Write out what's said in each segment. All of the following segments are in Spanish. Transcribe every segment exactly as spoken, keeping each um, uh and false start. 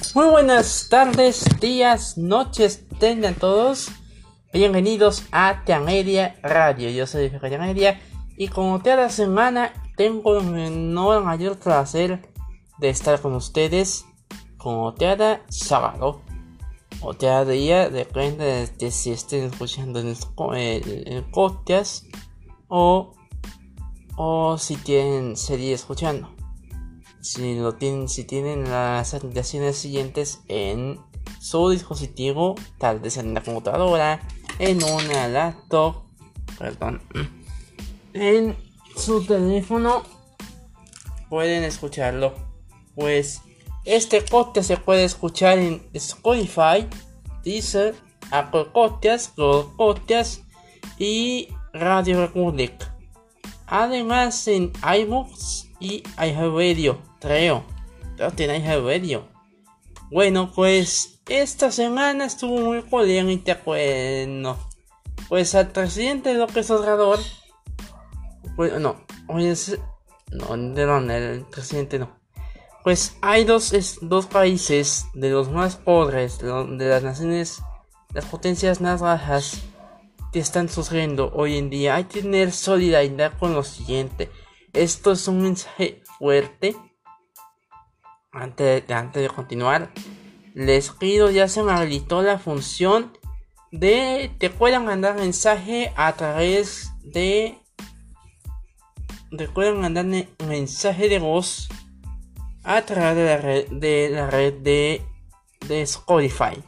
Muy buenas tardes, días, noches, tengan todos bienvenidos a Teamedia Radio. Yo soy Teamedia y como cada semana tengo el no mayor placer de estar con ustedes como cada sábado o cada día, depende de, de si estén escuchando el, el, el podcast o, o si tienen serie escuchando. Si lo tienen, si tienen las aplicaciones siguientes en su dispositivo, tal vez en la computadora, en una laptop, perdón, en su teléfono, pueden escucharlo. Pues este podcast se puede escuchar en Spotify, Deezer, Apple Podcasts, Google Podcasts y Radio Republic. Además en iVoox y iHeartRadio, creo, creo que en iHeartRadio. Bueno, pues esta semana estuvo muy polémica, bueno, pues al presidente López Obrador, pues no, pues, no, no, el presidente no. Pues hay dos, es, dos países de los más pobres, de las naciones, las potencias más bajas, que están sufriendo hoy en día. Hay que tener solidaridad con lo siguiente. Esto es un mensaje fuerte. Antes de, antes de continuar, les pido, ya se me habilitó la función de te puedan mandar mensaje a través de te pueden mandar mensaje de voz a través de la red de la red de, de Spotify.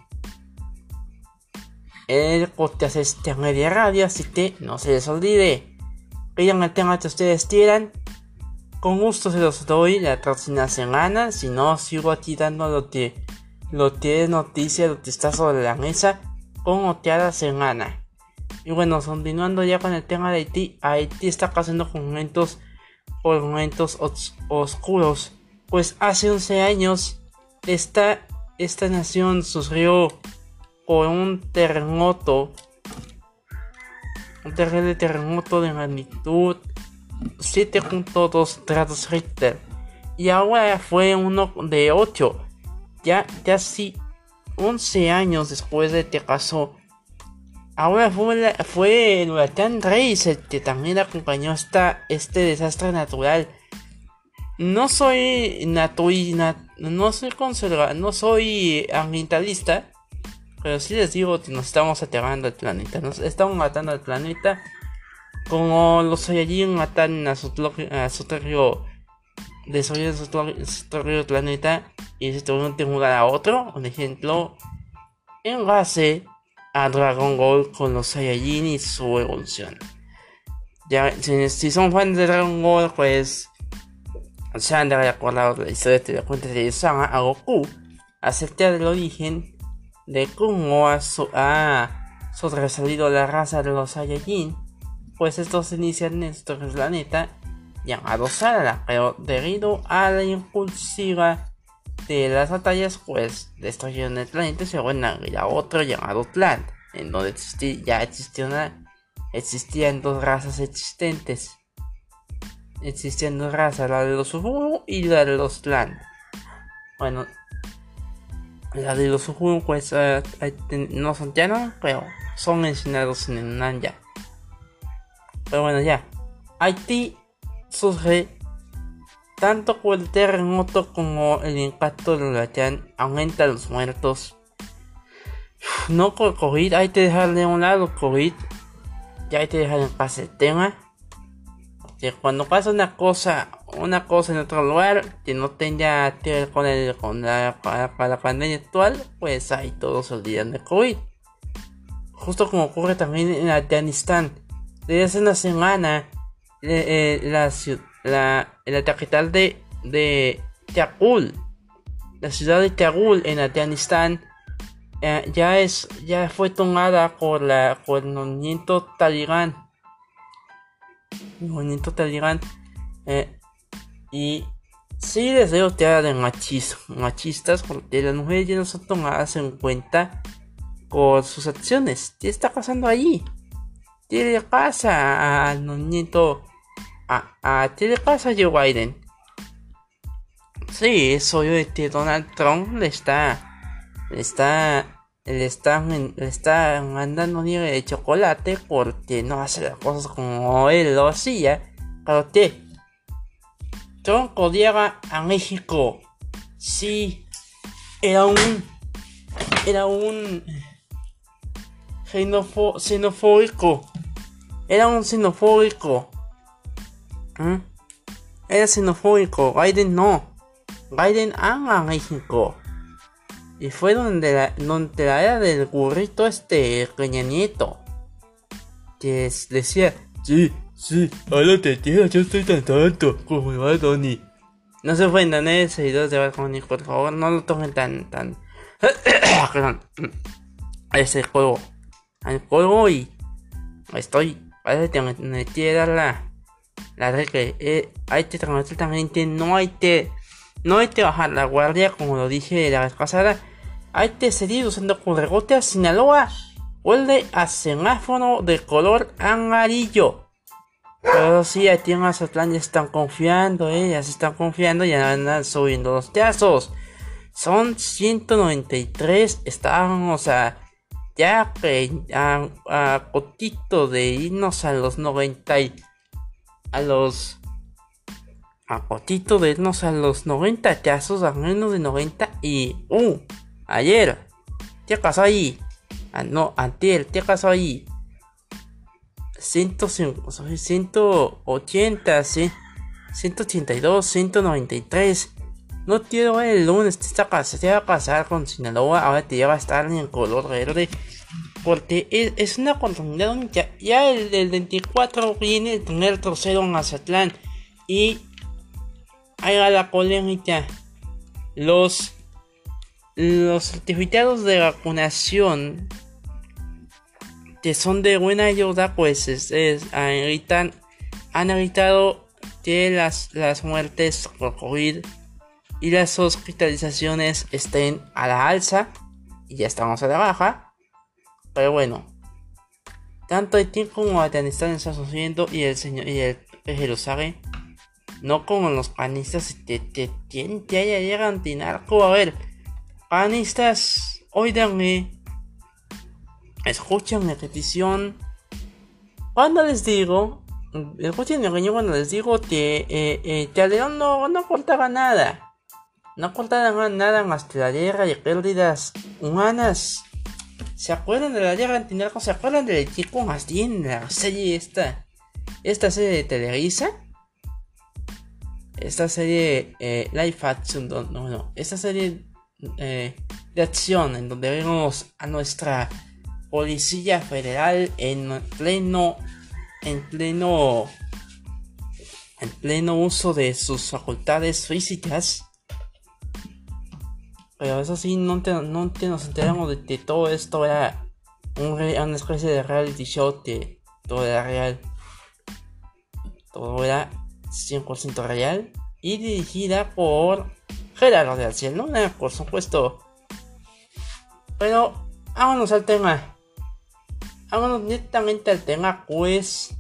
El podcast es Teamedia Radio, así que no se les olvide. Pidan el tema que ustedes quieran. Con gusto se los doy la próxima semana. Si no, sigo aquí dando lo que, lo que es noticia, lo que está sobre la mesa, como cada semana. Y bueno, continuando ya con el tema de Haití. Haití está pasando por momentos, por momentos os, oscuros. Pues hace once años esta, esta nación sufrió por un terremoto, un terrible terremoto de magnitud siete punto dos grados Richter, y ahora fue uno de ocho, ya casi once años después de que pasó. Ahora fue, la, fue el huracán Grace el que también acompañó esta, este desastre natural. No soy natui, nat, no soy conservador, no soy ambientalista, pero sí les digo que nos estamos aterrando al planeta. Nos estamos matando al planeta. Como los Saiyajin matan a su, a su territorio, destruyen su territorio planeta y se tuvieron que mudar a otro. Un ejemplo, en base a Dragon Ball con los Saiyajin y su evolución. Ya, si, si son fans de Dragon Ball, pues se han de haber acordado de la historia de la cuenta de Yusama a Goku acerca del origen de cómo ha, su, ha sobresalido la raza de los Saiyajin. Pues estos inician en este planeta llamado Sala, pero debido a la impulsiva de las batallas, pues destruyeron el planeta y se van a ir a otro llamado Tlan, en donde existi- ya existían, existían dos razas existentes. Existían dos razas, la de los Uhuru y la de los Tlan. Bueno, la de los Uhuru pues uh, no son llanos, pero son mencionados en el Nanya. Pero bueno, ya. Haití sufre tanto por el terremoto como el impacto del huracán. Aumenta los muertos. No por COVID, hay que dejarle a un lado COVID. Ya hay que dejar en paz el tema. Que cuando pasa una cosa, una cosa en otro lugar que no tenga que ver con, el, con, la, con la pandemia actual, pues ahí todos se olvidan de COVID. Justo como ocurre también en Afganistán. Desde hace una semana, eh, eh, la, la, la capital de, de Kabul, la ciudad de Kabul en Afganistán, eh, ya es ya fue tomada por la por el movimiento talibán, el movimiento talibán, eh, y sí les digo que era de machis, machistas, porque las mujeres ya no son tomadas en cuenta por sus acciones. ¿Qué está pasando allí? ¿Qué le pasa al movimiento? A, a, ¿Qué le pasa a Joe Biden? Sí, es obvio de que Donald Trump le está, le está, le están, le están mandando nieve de chocolate porque no hace las cosas como él lo hacía. Claro que Trump llega a México, sí, era un, era un xenofo, xenofóbico, era un xenofóbico, ¿Mm? era xenofóbico. Biden no. Biden ama a México. Y fue donde la, donde la era del burrito este Peña Nieto, que es, decía, sí, sí, ahora te quiero, yo estoy tan tonto como Bad Bunny. No se ofendan, eh, seguidores de Bad Bunny, por favor, no lo tomen tan, tan, perdón, ese juego, al juego y estoy, parece que me, me quiere dar la, la regla, eh, hay que reconocer también que no hay que No hay que bajar la guardia, como lo dije la vez pasada. Hay que seguir usando cubrebocas. Sinaloa vuelve a semáforo de color amarillo. Pero sí, aquí en Mazatlán ya están confiando, eh, ya se están confiando, ya andan subiendo los casos. Son ciento noventa y tres, estábamos a ya que a, a cotito de irnos a los noventa y a los a cotito de irnos a los noventa casos, a menos de noventa y uh, ayer, ¿qué pasó ahí? Ah, no, antier, ¿qué pasó ahí? ciento ochenta, ¿sí? ciento ochenta y dos, ciento noventa y tres. No quiero ver el lunes, te, está, te va a pasar con Sinaloa, ahora te va a estar en color verde. Porque es, es una continuidad única. Ya el, el veinticuatro viene el primer tercero en Mazatlán. Y haga la polémica. Los, los certificados de vacunación que son de buena ayuda, pues es, es, han, evitan, han evitado que las, las muertes por COVID y las hospitalizaciones estén a la alza. Y ya estamos a la baja. Pero bueno, tanto Haití como Afganistán están sufriendo y el señor y el P G lo sabe. No como los panistas que tienen que haya llegan antinarco. A ver, panistas, oídanme, escuchen mi petición. Cuando les digo, escuchen mi opinión cuando les digo que eh, eh, Calderón no, no aportaba nada. No aportaba nada más que la guerra y pérdidas humanas. ¿Se acuerdan de la guerra antinarco? ¿Se acuerdan del chico más bien la serie esta? Esta serie de Televisa. Esta serie eh, live action, no, no, no, esta serie eh, de acción en donde vemos a nuestra policía federal en pleno, en pleno, en pleno uso de sus facultades físicas. Pero eso sí, no te, no te nos enteramos de que todo esto era un re, una especie de reality show, que todo era real, todo era cien por ciento real y dirigida por Gerardo de Alciel Luna, por supuesto. Pero vámonos al tema, vámonos directamente al tema, pues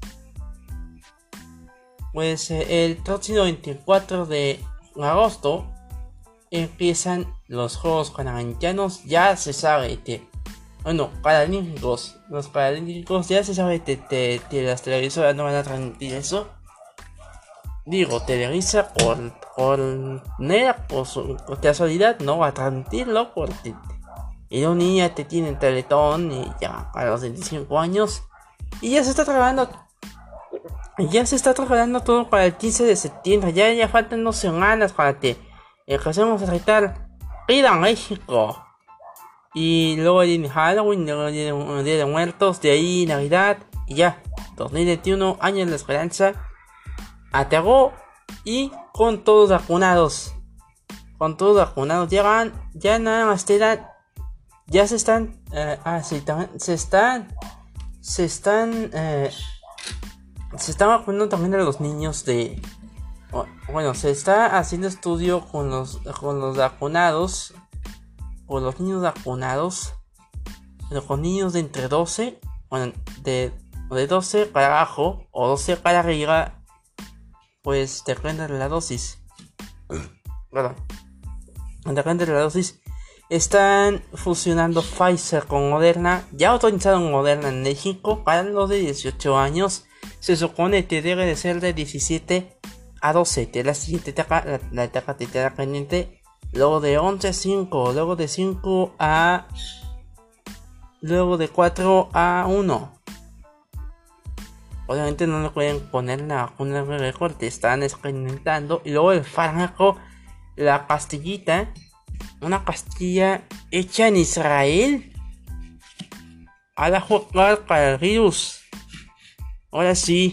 pues eh, el próximo veinticuatro de agosto empiezan los Juegos Panamericanos. Ya se sabe que, bueno, Paralímpicos, los Paralímpicos, ya se sabe que, que, que las televisoras no van a transmitir eso. Digo, Televisa por, por nera, por su por casualidad no va a transmitirlo, porque ironía te tiene Teletón y ya a los veinticinco años. Y ya se está trabajando, ya se está trabajando todo para el quince de septiembre. Ya, ya faltan dos semanas para que empecemos a gritar ¡Viva México! Y luego viene Halloween, luego viene Día de Muertos, de ahí Navidad, y ya, dos mil veintiuno, año de la esperanza, aterró, y con todos vacunados, con todos vacunados, ya van, ya nada más te dan, ya se están, eh, ah, sí, también, se están, se están, eh, se están vacunando también a los niños de, bueno, se está haciendo estudio con los, con los vacunados, con los niños vacunados, pero con niños de entre doce, bueno, de, de doce para abajo o doce para arriba, pues depende de la dosis. perdón, atacante de la dosis, están fusionando Pfizer con Moderna. Ya autorizaron Moderna en México para los de dieciocho años. Se supone que debe de ser de diecisiete a doce. De la siguiente etapa, la, la etapa de tierra caliente. Luego de once a cinco. Luego de cinco a... Luego de cuatro a uno. Obviamente no le pueden poner la vacuna de recorte. Están experimentando. Y luego el fármaco, la pastillita. Una pastilla hecha en Israel. A la jugar para el virus. Ahora sí.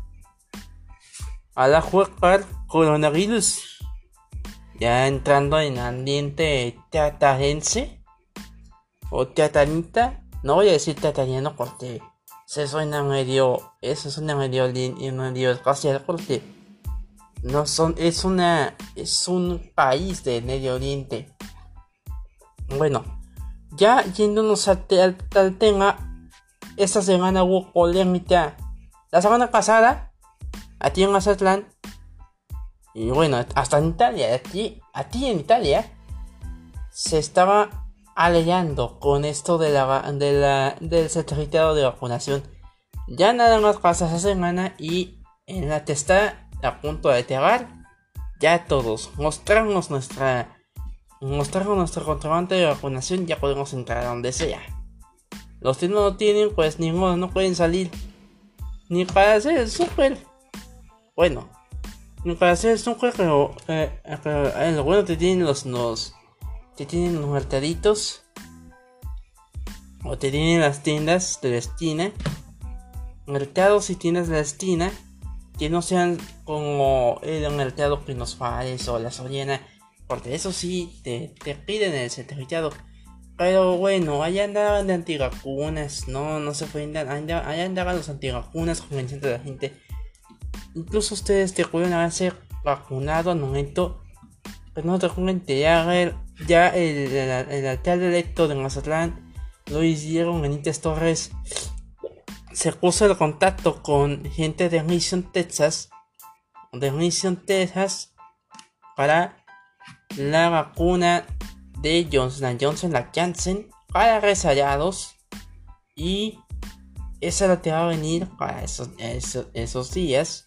A la jugar coronavirus. Ya entrando en ambiente teatarense. O teatanita. No voy a decir teatariano porque se suena medio. Eso suena medio, medio espacial porque no son. Es una. Es un país de Medio Oriente. Bueno, ya yéndonos al, al, al tema, esta semana hubo polémica. La semana pasada, aquí en Mazatlán, y bueno, hasta en Italia, aquí, aquí en Italia, se estaba alegando con esto de la, de la, del certificado de vacunación. Ya nada más pasa esa semana y en la que está a punto de llegar, ya todos mostramos nuestra... Mostramos nuestro comprobante de vacunación, ya podemos entrar a donde sea. Los que no lo tienen, pues ni modo, no pueden salir. Ni para hacer el súper. Bueno, ni para hacer el súper, pero, eh, pero eh, lo bueno que tienen los, los que tienen los mercaditos. O te tienen las tiendas de la esquina. Mercados y tiendas de la esquina. Que no sean como el mercado Pinos Fares o la Soriana. Porque eso sí, te, te piden el certificado. Pero bueno, allá andaban de antivacunas. No, no se pueden dar. Allá, allá andaban los antivacunas convenciendo a la gente. Incluso ustedes te pueden haberse vacunado al momento. Pero no te recuerden que ya, el, ya el, el, el alcalde electo de Mazatlán lo hicieron. Benítez Torres se puso el contacto con gente de Mission, Texas. De Mission, Texas. Para la vacuna de Johnson and Johnson, la Janssen, para rezagados. Y esa la te va a venir para esos, esos, esos días.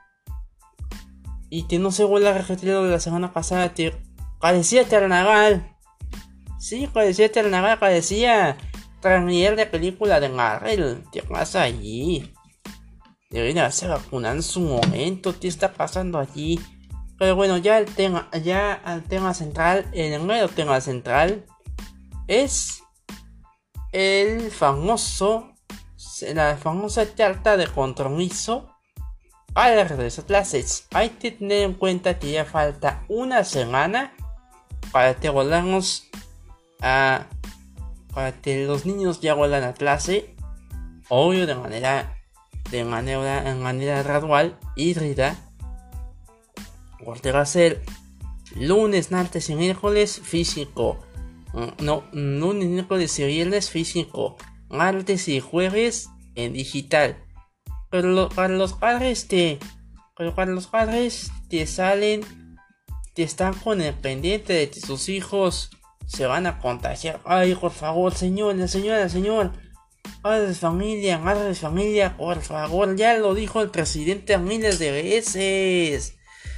Y que no se vuelva a repetir lo de la semana pasada. Que parecía carnaval. Sí, parecía carnaval, parecía trailer de película de Marvel. ¿Qué pasa allí? Deberían haberse vacunado en su momento. ¿Qué está pasando allí? Pero bueno, ya el tema, ya el tema central, el nuevo tema central es el famoso, la famosa carta de compromiso para el regreso a clases. Hay que tener en cuenta que ya falta una semana para que volvamos a, para que los niños ya vuelvan a clase, obvio de manera, de manera, de manera gradual, híbrida. Porque va a ser lunes, martes y miércoles físico. No, lunes, miércoles y viernes físico. Martes y jueves en digital. Pero lo, para los padres que, pero para los padres que salen, que están con el pendiente de que sus hijos se van a contagiar. Ay, por favor, señora, señora, señor. Padres de familia, madres de familia, por favor. Ya lo dijo el presidente a miles de veces.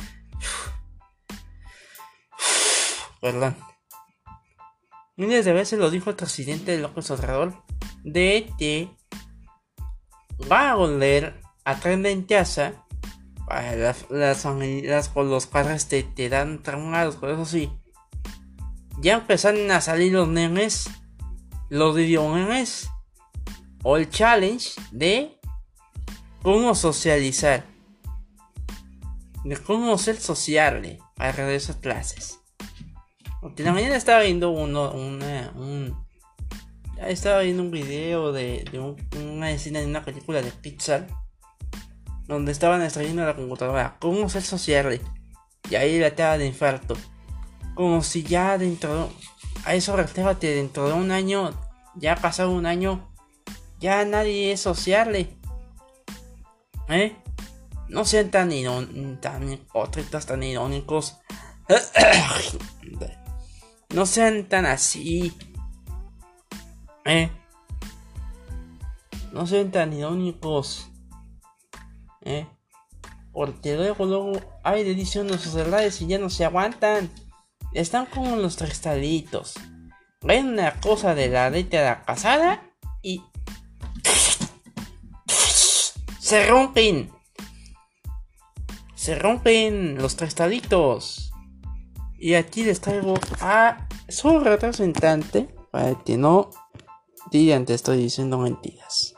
Perdón. Miles de veces lo dijo el presidente López Obrador de que va a volver a tren de casa para las, las familias con los padres que te dan traumados. Por eso sí, ya empezaron a salir los memes, los videomemes o el challenge de cómo socializar, de cómo ser sociable para regresar a clases. Porque la mañana estaba viendo uno, una, un, estaba viendo un video de, de un, una escena de una película de Pixar, donde estaban extrayendo la computadora, cómo ser sociable, y ahí la tela de infarto, como si ya dentro, a eso refiérate, dentro de un año, ya ha pasado un año, ya nadie es sociable, ¿eh? No sean tan, irón, tan hipócritas, tan irónicos. No sean tan así. Eh. No sean tan irónicos. Eh. Porque luego, luego hay edición en sus verdades y ya no se aguantan. Están como los cristalitos. Ven una cosa de la década pasada y se rompen. Se rompen los cristalitos. Y aquí les traigo a su representante para que no digan que estoy diciendo mentiras.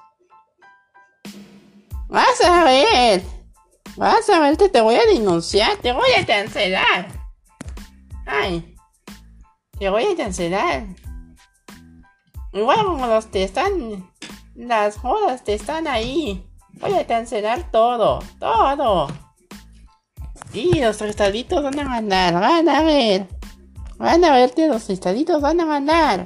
Vas a ver. Vas a ver que te voy a denunciar. Te voy a cancelar. Ay. Te voy a cancelar. Igual como los que están. Las jodas que están ahí. Voy a cancelar todo. Todo. Y los cristalitos van a ganar. Van a ver. Van a ver que los cristalitos van a ganar.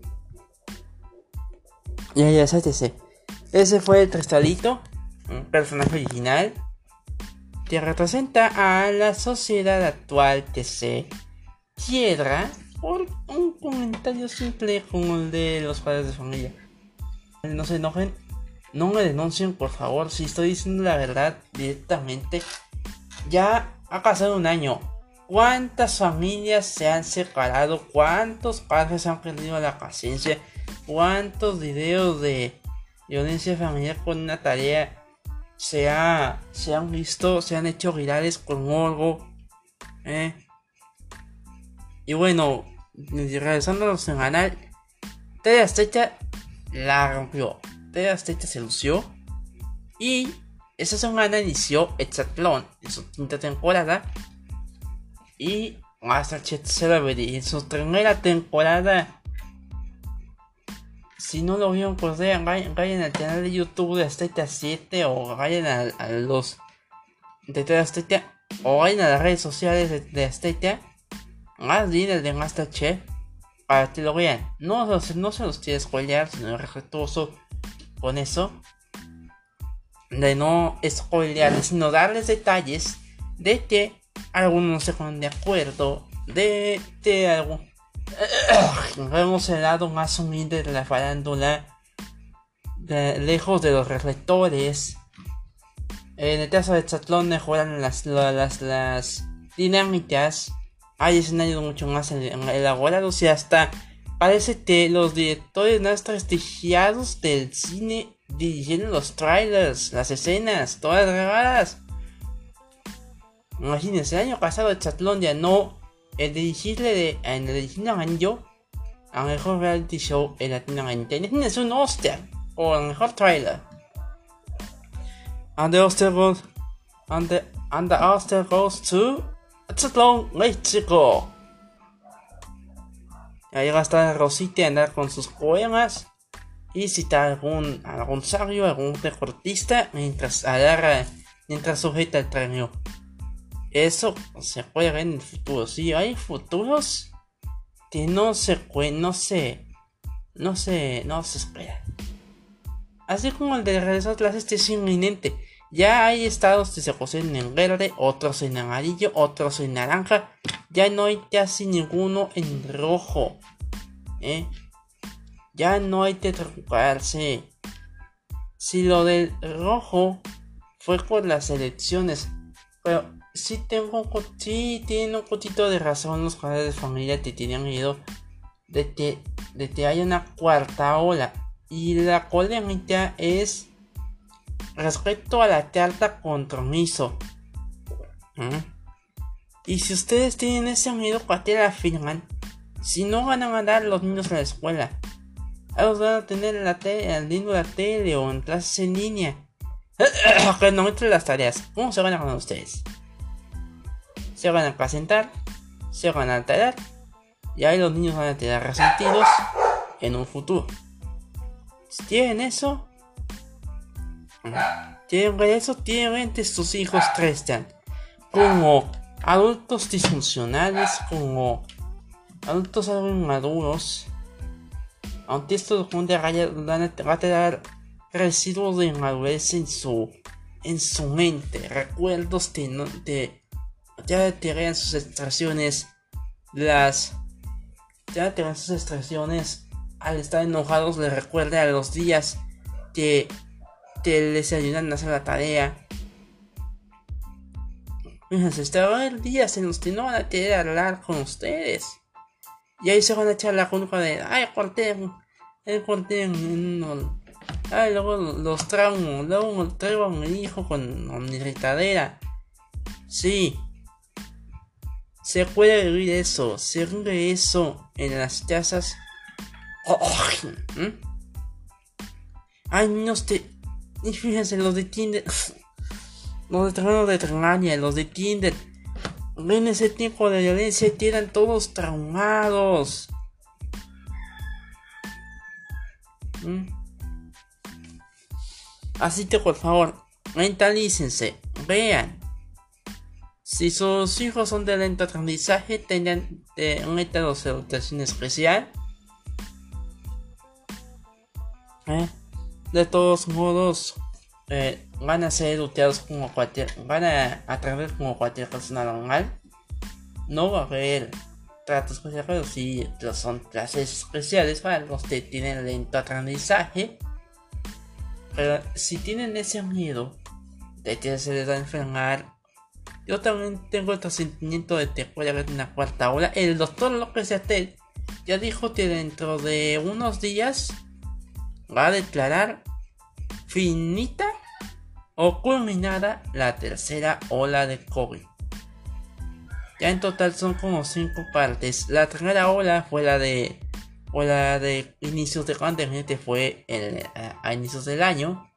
Ya, ya, sátese. Ese fue el cristalito. Un personaje original. Que representa a la sociedad actual que se quiebra por un comentario simple como el de los padres de familia. No se enojen, no me denuncien por favor, si estoy diciendo la verdad directamente. Ya ha pasado un año. ¿Cuántas familias se han separado? ¿Cuántos padres han perdido la paciencia? ¿Cuántos videos de violencia familiar con una tarea se, ha, se han visto, se han hecho virales con algo? ¿Eh? Y bueno, regresando al canal, T V Azteca la rompió. T V Azteca se lució. Y esa semana inició Hexatlón en su quinta temporada. Y MasterChef Celebrity en su primera temporada. Si no lo vieron, pues vayan, vayan al canal de YouTube de Azteca siete. O vayan a, a los de T V Azteca. O vayan a las redes sociales de, de Azteca. Más bien el de MasterChef, para que lo vean. No, no, no se los quiere spoilear, sino respetuoso con eso. De no spoilearles, sino darles detalles de que algunos no se ponen de acuerdo. De, de algo. Vemos el lado más humilde de la farándula. De, lejos de los reflectores. En el caso de Hexatlón mejoran las, las, las dinámicas. Hay escenarios mucho más elaborados y hasta parece que los directores más prestigiados del cine dirigieron los trailers, las escenas, todas grabadas. Imagínense, el año pasado Hexatlón ganó el dirigirle de, en el dirigir a mejor reality show en Latinoamérica. Imagínense un Oscar o el mejor trailer. And the Oscar goes, and the, and the Oscar goes to Hexatlón, México. Ahí va a estar Rosita a andar con sus poemas y citar algún, algún sabio, algún deportista mientras agarra, mientras sujeta el premio. Eso se puede ver en el futuro. Sí, hay futuros que no se no se no se no se espera. Así como el de regreso a clases, este es inminente. Ya hay estados que se poseen en verde, otros en amarillo, otros en naranja. Ya no hay casi ninguno en rojo. ¿Eh? Ya no hay que preocuparse. Si lo del rojo fue por las elecciones. Pero sí tengo sí tienen un poquito de razón los padres de familia que tenían miedo de que, de que haya una cuarta ola. Y la polémica es respecto a la carta compromiso. ¿Mm? Y si ustedes tienen ese miedo, ¿para qué la firman? Si no van a mandar a los niños a la escuela, a los van a tener en la tele, viendo la tele o en clases en línea. Que no entren las tareas. ¿Cómo se van a ganar ustedes? Se van a presentar, se van a alterar, y ahí los niños van a tener resentidos en un futuro. Si tienen eso, tienen eso, tienen que sus hijos crezcan como adultos disfuncionales, como adultos algo inmaduros. Aunque esto van a tener residuos de inmadurez en su, en su mente, recuerdos de, no, de ya te vean sus expresiones, las, ya te vean sus expresiones al estar enojados, les recuerda a los días que, que les ayudan a hacer la tarea. Fíjense, está va a haber días en los que no van a querer hablar con ustedes. Y ahí se van a echar la culpa de, ay, corté, eh, corté, no, ay, luego los traumo, luego traigo a mi hijo con, con irritadera. Sí, se puede vivir eso, se vive eso en las casas. Oh, oh, ¿eh? Ay, niños, te, y fíjense, los de Tinder, los de terreno de Trangania, los de Tinder, ven ese tipo de violencia y quedan todos traumados. ¿Mm? Así que por favor, mentalícense, vean. Si sus hijos son de lento aprendizaje, tengan eh, un método de educación especial. ¿Eh? De todos modos, eh, van a ser educados como cualquier, van a aprender como cualquier persona normal. No va a haber tratos especiales, pero sí son clases especiales para los que tienen lento aprendizaje. Pero si tienen ese miedo de que se les va a enfermar, yo también tengo este sentimiento de que puede haber una cuarta ola. El doctor López Gatell ya dijo que dentro de unos días va a declarar finita o culminada la tercera ola de COVID. Ya en total son como cinco partes. La primera ola fue la de fue la de inicios de pandemia, que fue el, a, a inicios del año.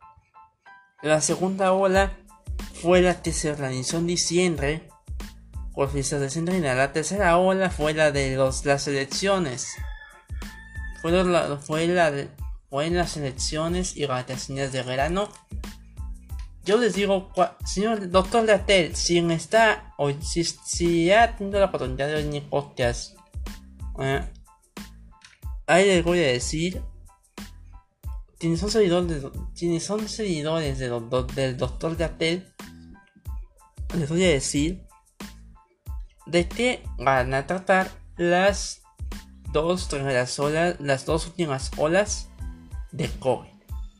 La segunda ola fue la que se organizó en diciembre por fiestas decembrinas. La tercera ola fue la de los, las elecciones. Fue, la, fue, la de, fue en las elecciones y vacaciones de verano. Yo les digo, señor doctor Gatell, si está o si, si ha tenido la oportunidad de venir podcast, eh, ahí les voy a decir, quienes son seguidores, de, quienes son seguidores de, de, del doctor Gatell, les voy a decir de que van a tratar las dos primeras olas, las dos últimas olas de COVID.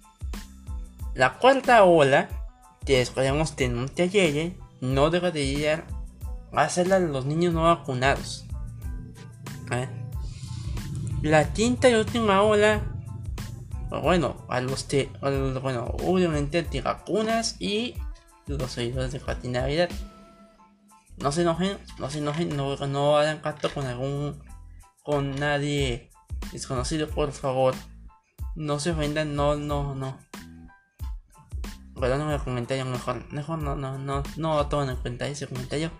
La cuarta ola, que esperemos que no te llegue, no debería hacerla de los niños no vacunados. ¿Eh? La quinta y última ola, bueno, a los que, a los, bueno, obviamente antivacunas y los seguidores de Pati Navidad. No se enojen, no se enojen, no, no hagan caso con algún, con nadie desconocido, por favor. No se ofendan, no, no, no. Perdóname el comentario, mejor, mejor no, no, no, no tomen en cuenta ese comentario.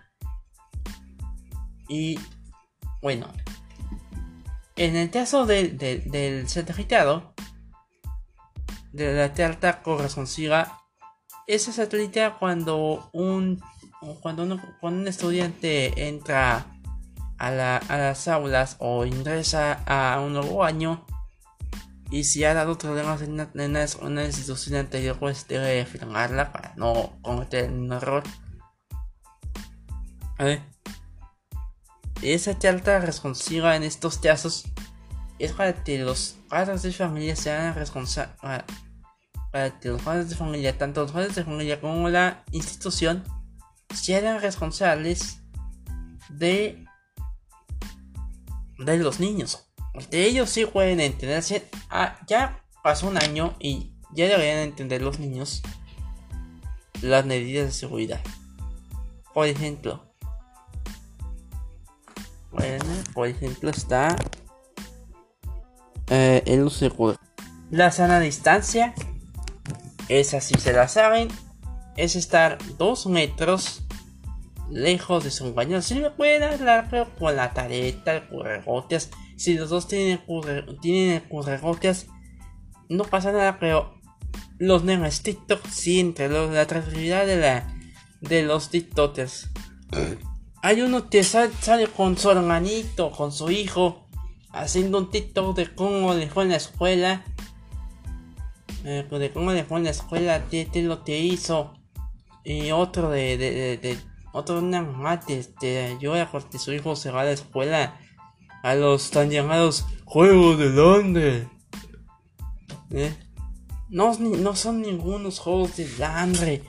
Y bueno, en el caso de, de, del certificado de la carta corresponsiva, ese se aplica cuando un cuando, uno, cuando un estudiante entra a, la, a las aulas o ingresa a un nuevo año. Y si ha dado problemas en una, en una institución anterior, pues debe firmarla para no cometer un error. ¿Eh? Esa carta responsiva en estos casos es para que los padres de familia sean responsables, para, para que los padres de familia, tanto los padres de familia como la institución, sean responsables de, de los niños. Porque ellos sí pueden entenderse. Ah, ya pasó un año y ya deberían entender los niños las medidas de seguridad. Por ejemplo, bueno, por ejemplo está eh, el uso de cubrebocas. La sana distancia, esa sí se la saben, es estar dos metros lejos de su compañero. Si me pueden hablar, pero con la tareta, el cubrebocas. Si los dos tienen, curre, tienen cubrebocas, no pasa nada, pero los nenes TikTok sí, entre los, la atractividad de, la, de los TikTokers. Hay uno que sale, sale con su hermanito, con su hijo, haciendo un TikTok de cómo le fue en la escuela. Eh, de cómo le fue en la escuela, qué es lo que hizo. Y otro de, de, de, de Otros una mamá te, te ayuda porque su hijo se va a la escuela a los tan llamados Juegos del Hambre. ¿Eh? No, no son ningunos Juegos del Hambre.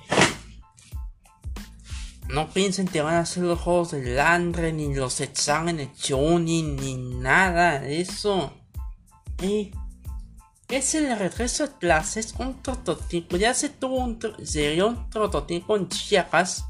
No piensen que van a ser los Juegos del Hambre, ni los exámenes Chunin, ni nada de eso. ¿Eh? Es el regreso a clases, un prototipo. Ya se tuvo un, se dio un prototipo en Chiapas.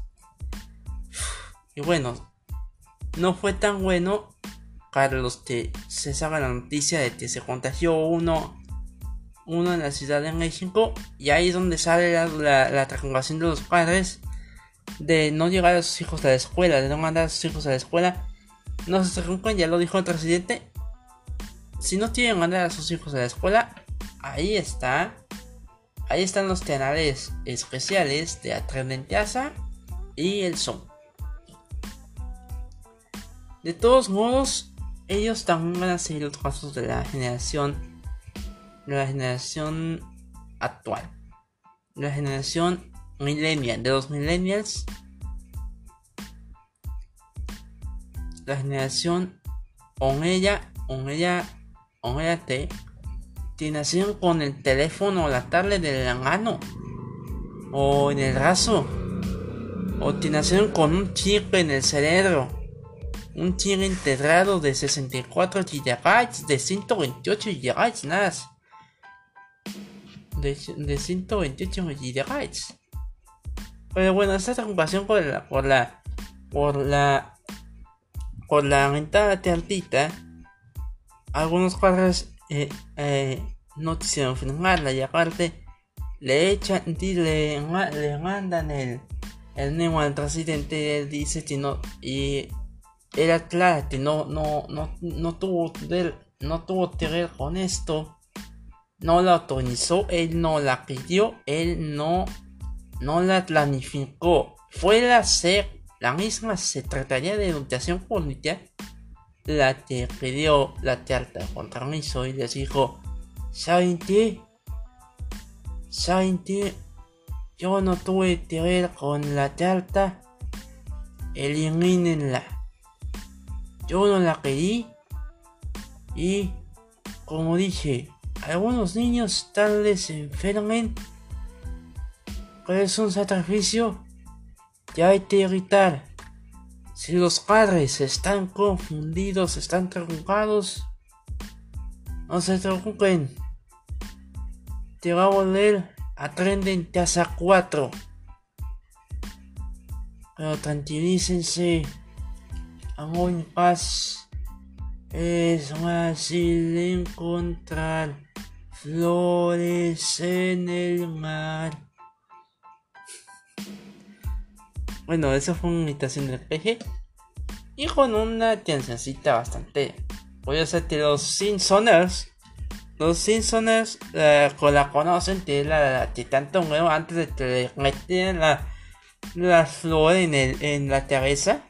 Y bueno, no fue tan bueno para los que se sabe la noticia de que se contagió uno, uno en la Ciudad de México. Y ahí es donde sale la, la, la preocupación de los padres de no llevar a sus hijos a la escuela, de no mandar a sus hijos a la escuela. No se preocupen, ya lo dijo el presidente. Si no quieren mandar a sus hijos a la escuela, ahí está. Ahí están los canales especiales de Atrenentiasa y el Zoom. De todos modos, ellos también van a seguir los pasos de la generación, de la generación actual, de la generación millennial, de los millennials, la generación Onella, Onella, Onella T, que nacieron con el teléfono o la tablet de la mano o en el brazo, o que nacieron con un chip en el cerebro. Un chip integrado de sesenta y cuatro gigabytes, de ciento veintiocho gigabytes, nada. De, de ciento veintiocho gigabytes. Pero bueno, esta preocupación por la, por la, por la, por la mentada tartita, algunos padres eh, eh, no quisieron firmarla y aparte le echan, le, le mandan el, el memo al presidente. Él dice que no, y era claro que no, no, no, no tuvo ver, no tuvo que ver con esto. No la autorizó, él no la pidió, él no, no la planificó. Fue la SEP, la misma Secretaría de Educación Pública, la que pidió la carta con permiso y les dijo: ¿saben qué? ¿Saben qué? Yo no tuve que ver con la carta, elimínenla. Yo no la pedí y, como dije, algunos niños tal vez se enfermen, pero es un sacrificio que hay que evitar. Si los padres están confundidos, están preocupados, no se preocupen, te va a volver a Atrenentiasa cuatro. Pero tranquilícense, amor y paz. Es fácil encontrar flores en el mar. Bueno, eso fue una imitación del peje. Y con una cancioncita bastante curiosa que los Simpsoners, los Simpsoners eh, la conocen, que es la, la que tanto nuevo antes de que le metieran la, la flor en, el, en la cabeza.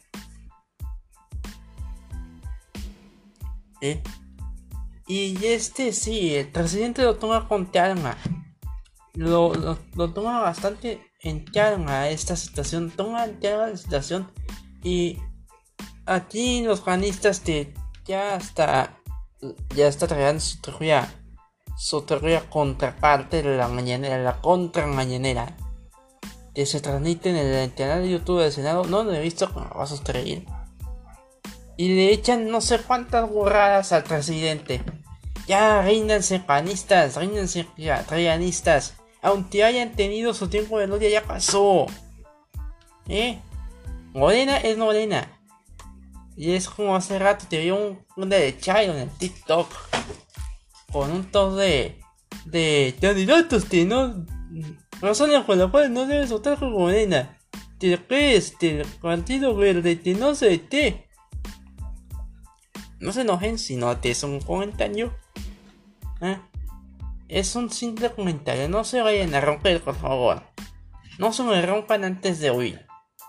¿Eh? Y este sí, el presidente lo toma con calma. Lo, lo, lo toma bastante en calma esta situación. Toma en calma la situación. Y aquí los panistas que ya está ya está trayendo su teoría, su teoría contraparte de la mañanera, la contra mañanera, que se transmite en el canal de YouTube del Senado. No lo he visto, como vas a suscribir. Y le echan no sé cuántas burradas al presidente. Ya, ríndanse panistas, ríndanse trianistas. Aunque hayan tenido su tiempo de gloria, ya pasó. ¿Eh? Morena es Morena. Y es como hace rato te vi un, un de Chayo en el TikTok. Con un tono de... De candidatos que no... Razones por las cuales no debes votar con Morena. Te crees que el partido verde que no se te... No se enojen si no te es un comentario. ¿Eh? Es un simple comentario. No se vayan a romper, por favor. No se me rompan antes de huir.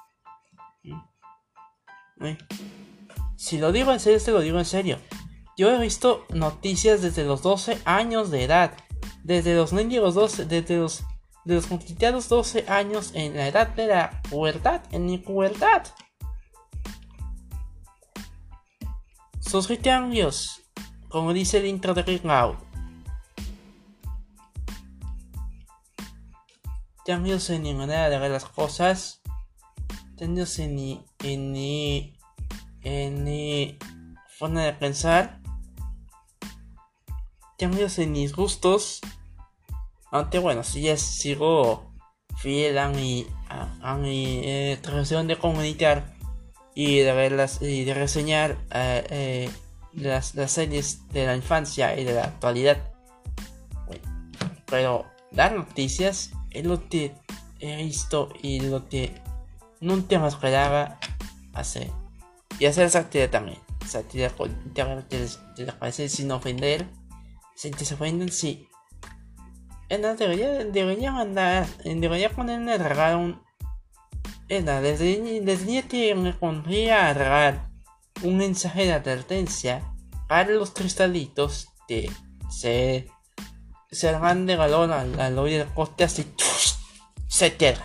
¿Eh? Si lo digo en serio, te lo digo en serio. Yo he visto noticias desde los doce años de edad. Desde los niños doce, desde los de los completados doce años en la edad de la pubertad, en mi pubertad. Sus años, como dice el intro de Ring Out. Años en ni manera de ver las cosas. Años en ni, en ni, en ni forma de pensar. Años en mis gustos. Aunque bueno, si ya sigo fiel a mi, a, a mi eh, tradición de comunicar y de verlas y de reseñar eh, eh, las, las series de la infancia y de la actualidad. Bueno, pero dar noticias es lo que he visto y lo que nunca me esperaba hacer. Y hacer sátira también. Sátira política que les parece sin ofender. Si te ofenden, sí. No, debería, debería mandar, debería ponerle a regalar un... Era, desde, desde niño que me pondría a regalar un mensaje de advertencia para los cristalitos que se, se van de galón al, al oír el podcast y ¡tush! Se quedan.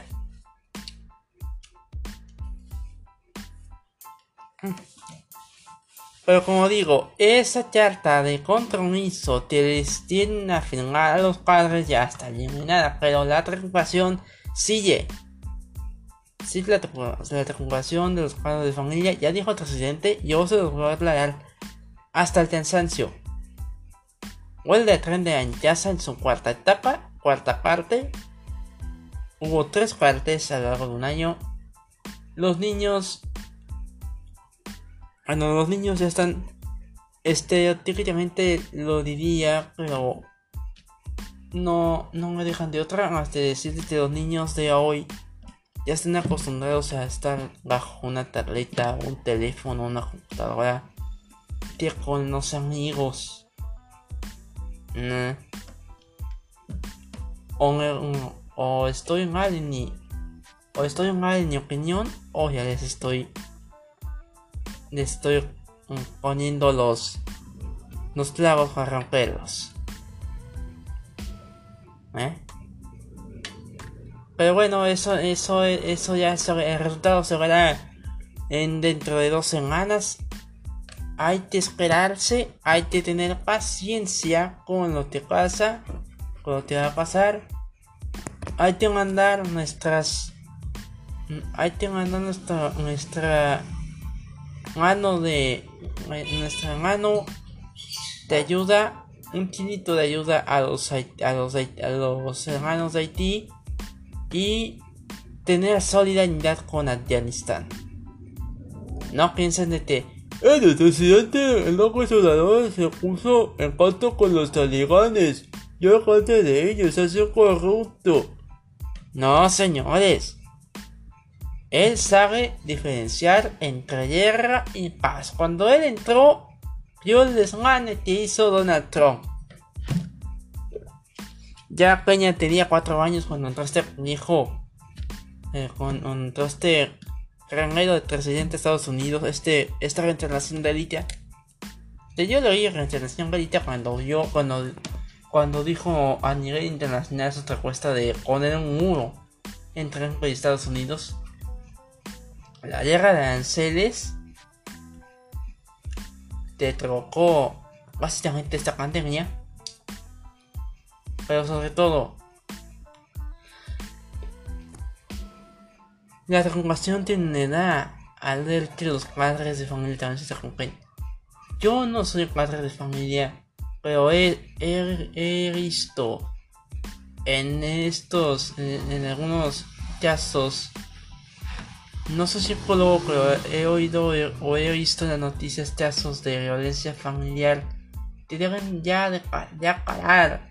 Pero como digo, esa carta de compromiso que les tienen a firmar a los padres ya está eliminada, pero la preocupación sigue. Sí, la, la preocupación de los padres de familia, ya dijo el presidente, yo se los voy a aclarar hasta el cansancio. Huelga de tren de Anchaza en su cuarta etapa, cuarta parte. Hubo tres partes a lo largo de un año. Los niños... Bueno, los niños ya están... Estereotípicamente lo diría, pero... No, no me dejan de otra más de decir que los niños de hoy ya están acostumbrados a estar bajo una tableta, un teléfono, una computadora, que con los amigos. Nah. O, o, o estoy mal en mi, o estoy mal en mi opinión, o ya les estoy, les estoy poniendo los, los clavos para romperlos. ¿Eh? Pero bueno, eso, eso, eso ya, eso, el resultado se verá en dentro de dos semanas. Hay que esperarse, hay que tener paciencia con lo que pasa, con lo que va a pasar. Hay que mandar nuestras, hay que mandar nuestra, nuestra mano de, nuestra mano de ayuda, un chinito de ayuda a los, a los, a los hermanos de Haití. Y tener solidaridad con Afganistán. No piensen de que el presidente López Obrador se puso en pacto con los talibanes. Yo parte de ellos, es un corrupto. No, señores. Él sabe diferenciar entre guerra y paz. Cuando él entró, vio el desmane que hizo Donald Trump. Ya Peña tenía cuatro años cuando entró este hijo, eh, cuando entró este ranero de presidente de Estados Unidos, este, esta reencarnación de Elite. Yo le oí reencarnación de Elite cuando vio, cuando, cuando dijo a nivel internacional su propuesta de poner un muro entre México y Estados Unidos. La guerra de aranceles te provocó básicamente esta pandemia. Pero sobre todo, la preocupación tenderá al ver que los padres de familia también se preocupen. Yo no soy padre de familia, pero he, he, he visto en estos, en, en algunos casos, no soy psicólogo, pero he oído o he visto en las noticias casos de violencia familiar que deben ya de ya parar.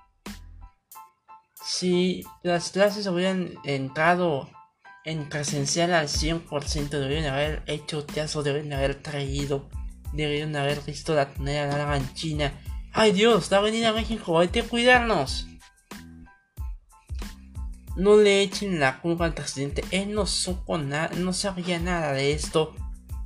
Si las clases hubieran entrado en presencial al cien por ciento, deberían haber hecho caso, deberían haber traído, deberían haber visto la tonelada larga en China. ¡Ay Dios! ¡Va a venir a México! ¡Hay que cuidarnos! No le echen la culpa al presidente. Él no supo nada, no sabía nada de esto.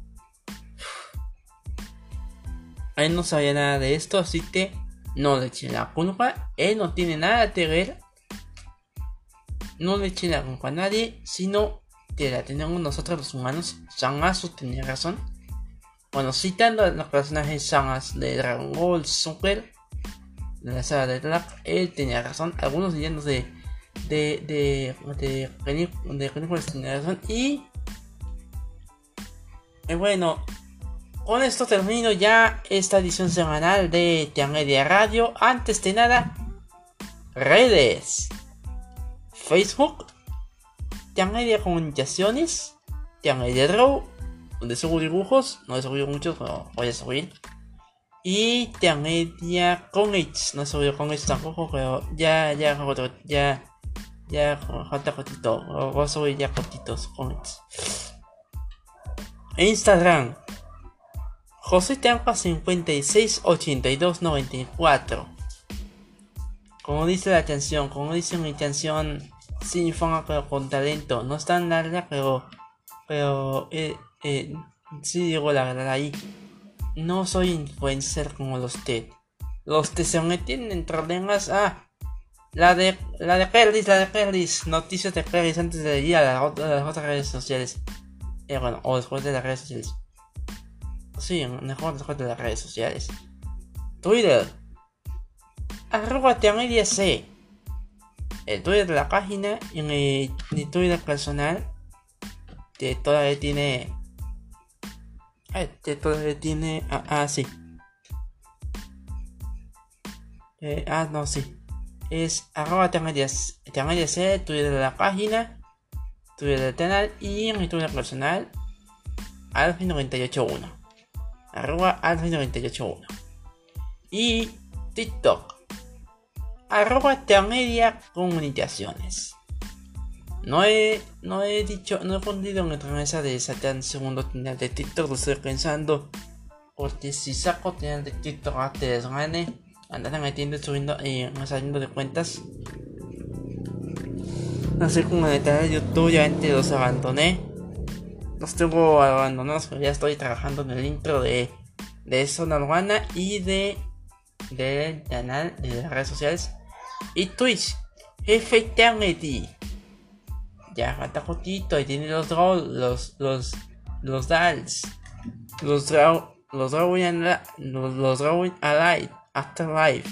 Él no sabía nada de esto, así que no le echen la culpa. Él no tiene nada que ver. no le echen la culpa a nadie, sino que la tenemos nosotros los humanos. Sangatsu tenía razón. Bueno, citando a los personajes Sangas de Dragon Ball Super, de la saga de Black, él tenía razón. Algunos villanos de de de de, de, de películas tenían razón. Y eh, bueno, con esto termino ya esta edición semanal de Tianmedia Radio. Antes de nada, redes: Facebook, Tianmedia Comunicaciones, Tianmedia Draw, donde subo dibujos, no he subido muchos, pero voy a subir. Y Tianmedia Comics, no he subido Comics tampoco, pero ya, ya, ya, ya, falta cortito, voy a subir ya cortitos Comics. Instagram: José Tampa cincuenta y seis ochenta y dos noventa y cuatro. Como dice la canción, como dice mi canción, sin fama pero con talento. No es tan larga, pero pero eh, eh, sí digo la verdad ahí. No soy influencer como los T E D. Los T E D se meten en problemas. Ah, la de la de Perlis, la de Perlis, noticias de Perlis antes de ir a, la, a las otras redes sociales. Eh, bueno, o después de las redes sociales. Sí, mejor después de las redes sociales. Twitter: arroba Tianmedia C. El Twitter de la página. Y mi, mi Twitter personal, que todavía tiene eh, que todavía tiene ah, ah sí eh, ah no sí es arroba Tianmedia C. Twitter de la página, Twitter del canal. Y mi Twitter personal, Alfie noventa y ocho uno, arroba Alfie noventa y ocho uno. Y TikTok: arroba Tianmedia Comunicaciones. No he, no he dicho, no he podido en la promesa de sacar un segundo canal de TikTok. Lo estoy pensando, porque si saco canal de TikTok antes de gane, andar metiendo, subiendo y eh, saliendo de cuentas. No sé cómo el canal de YouTube, ya antes los abandoné. Los tengo abandonados, pero ya estoy trabajando en el intro de, de Zona Urbana y de del canal de las redes sociales. Y Twitch: Jefe Tianmedia. Ya falta poquito y tiene los draw, los los los dals, los draw, los drawing and los, los drawing alive, afterlife,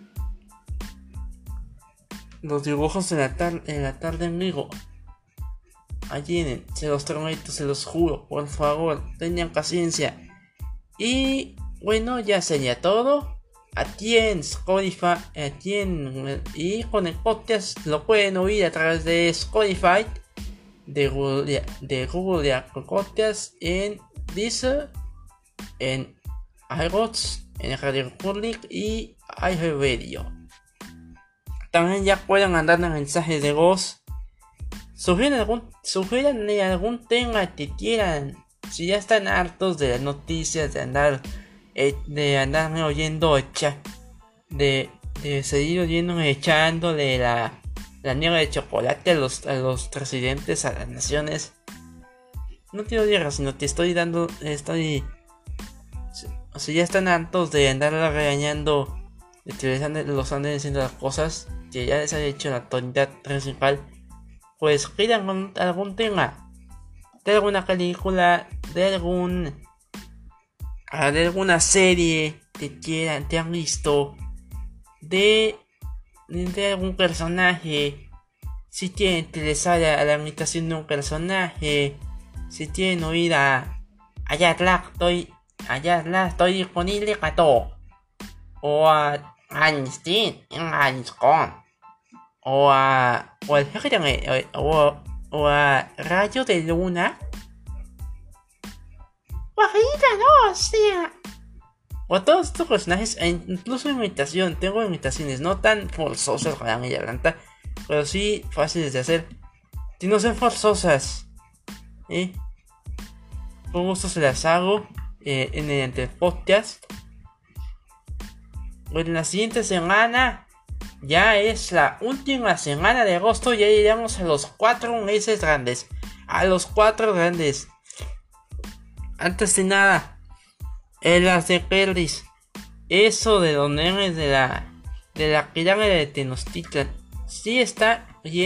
los dibujos en la tarde en la tarde en vivo. Allí se los prometo, se los juro, por favor, tengan paciencia. Y bueno, ya sería todo. Aquí en Spotify, aquí en, y con el podcast lo pueden oír a través de Spotify, de Google, de Google de Podcast, en Deezer, en iRods, en Radio Public y iHeartRadio. También ya pueden mandarnos mensajes de voz. Sugieran algún, sugieran algún tema que quieran. Si ya están hartos de las noticias, de andar Eh, de andarme oyendo echa, de, de seguir oyéndome echándole la, la nieve de chocolate a los, a los presidentes, a las naciones. No te odio, sino te estoy dando, estoy, o sea, ya están hartos de andar regañando, de que les anden, los anden diciendo las cosas que ya les ha hecho la autoridad principal. Pues pidan algún tema, de alguna película, de algún de alguna serie que quieran, te han visto, de, de algún personaje. Si quieren interesar a la imitación de un personaje, si quieren oír a allá atrás estoy, allá atrás estoy disponible para todo, o a Einstein en Einstein, o a o al o, o a Rayo de Luna. No, o sea, o a todos estos personajes, e incluso imitación. Tengo imitaciones no tan forzosas para mi garganta, pero sí fáciles de hacer. Si no son forzosas, ¿eh? Con gusto se las hago eh, en el podcast. Bueno, en la siguiente semana ya es la última semana de agosto. Ya llegamos a los cuatro meses grandes. A los cuatro grandes. Antes de nada, en las de Perlis, eso de los memes de la de la pirámide de Tenochtitlan, sí está bien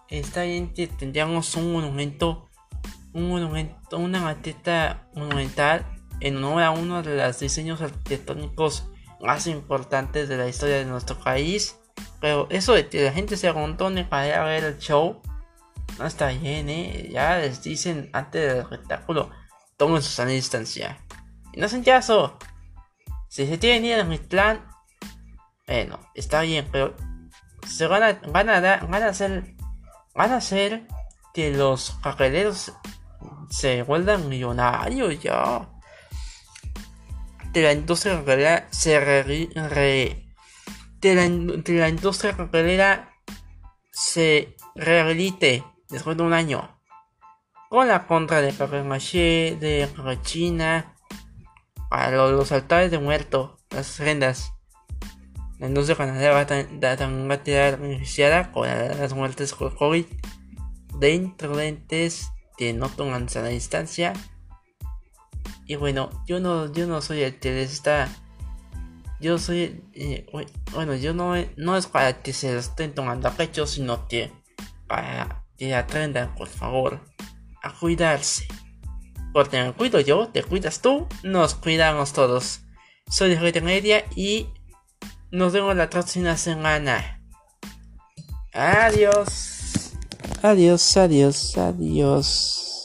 está bien que tendríamos un monumento, un monumento, una maqueta monumental en honor a uno de los diseños arquitectónicos más importantes de la historia de nuestro país. Pero eso de que la gente se amontone para ir a ver el show no está bien, eh. Ya les dicen antes del espectáculo, tomen su sana distancia. Y no hacen caso. Si se tienen ir a Mictlán, bueno, está bien, pero se van a, van a, dar, van a hacer, van a hacer que los carreleros se vuelvan millonarios ya. De la industria carrelera se re, re, de, la, de la industria carrelera se rehabilite después de un año con la compra de papel maché, de China, a los, los altares de muerto, las ofrendas. La industria ganadera va a quedar beneficiada con las muertes por COVID de imprudentes que no toman sana distancia. Y bueno, yo no, yo no soy el que les está. Yo soy. Eh, bueno, yo no, no es para que se lo estén tomando a pecho, sino que para que aprendan, por favor, a cuidarse. Porque me cuido yo, te cuidas tú, nos cuidamos todos. Soy de Red Media y nos vemos la próxima semana. Adiós. Adiós, adiós, adiós.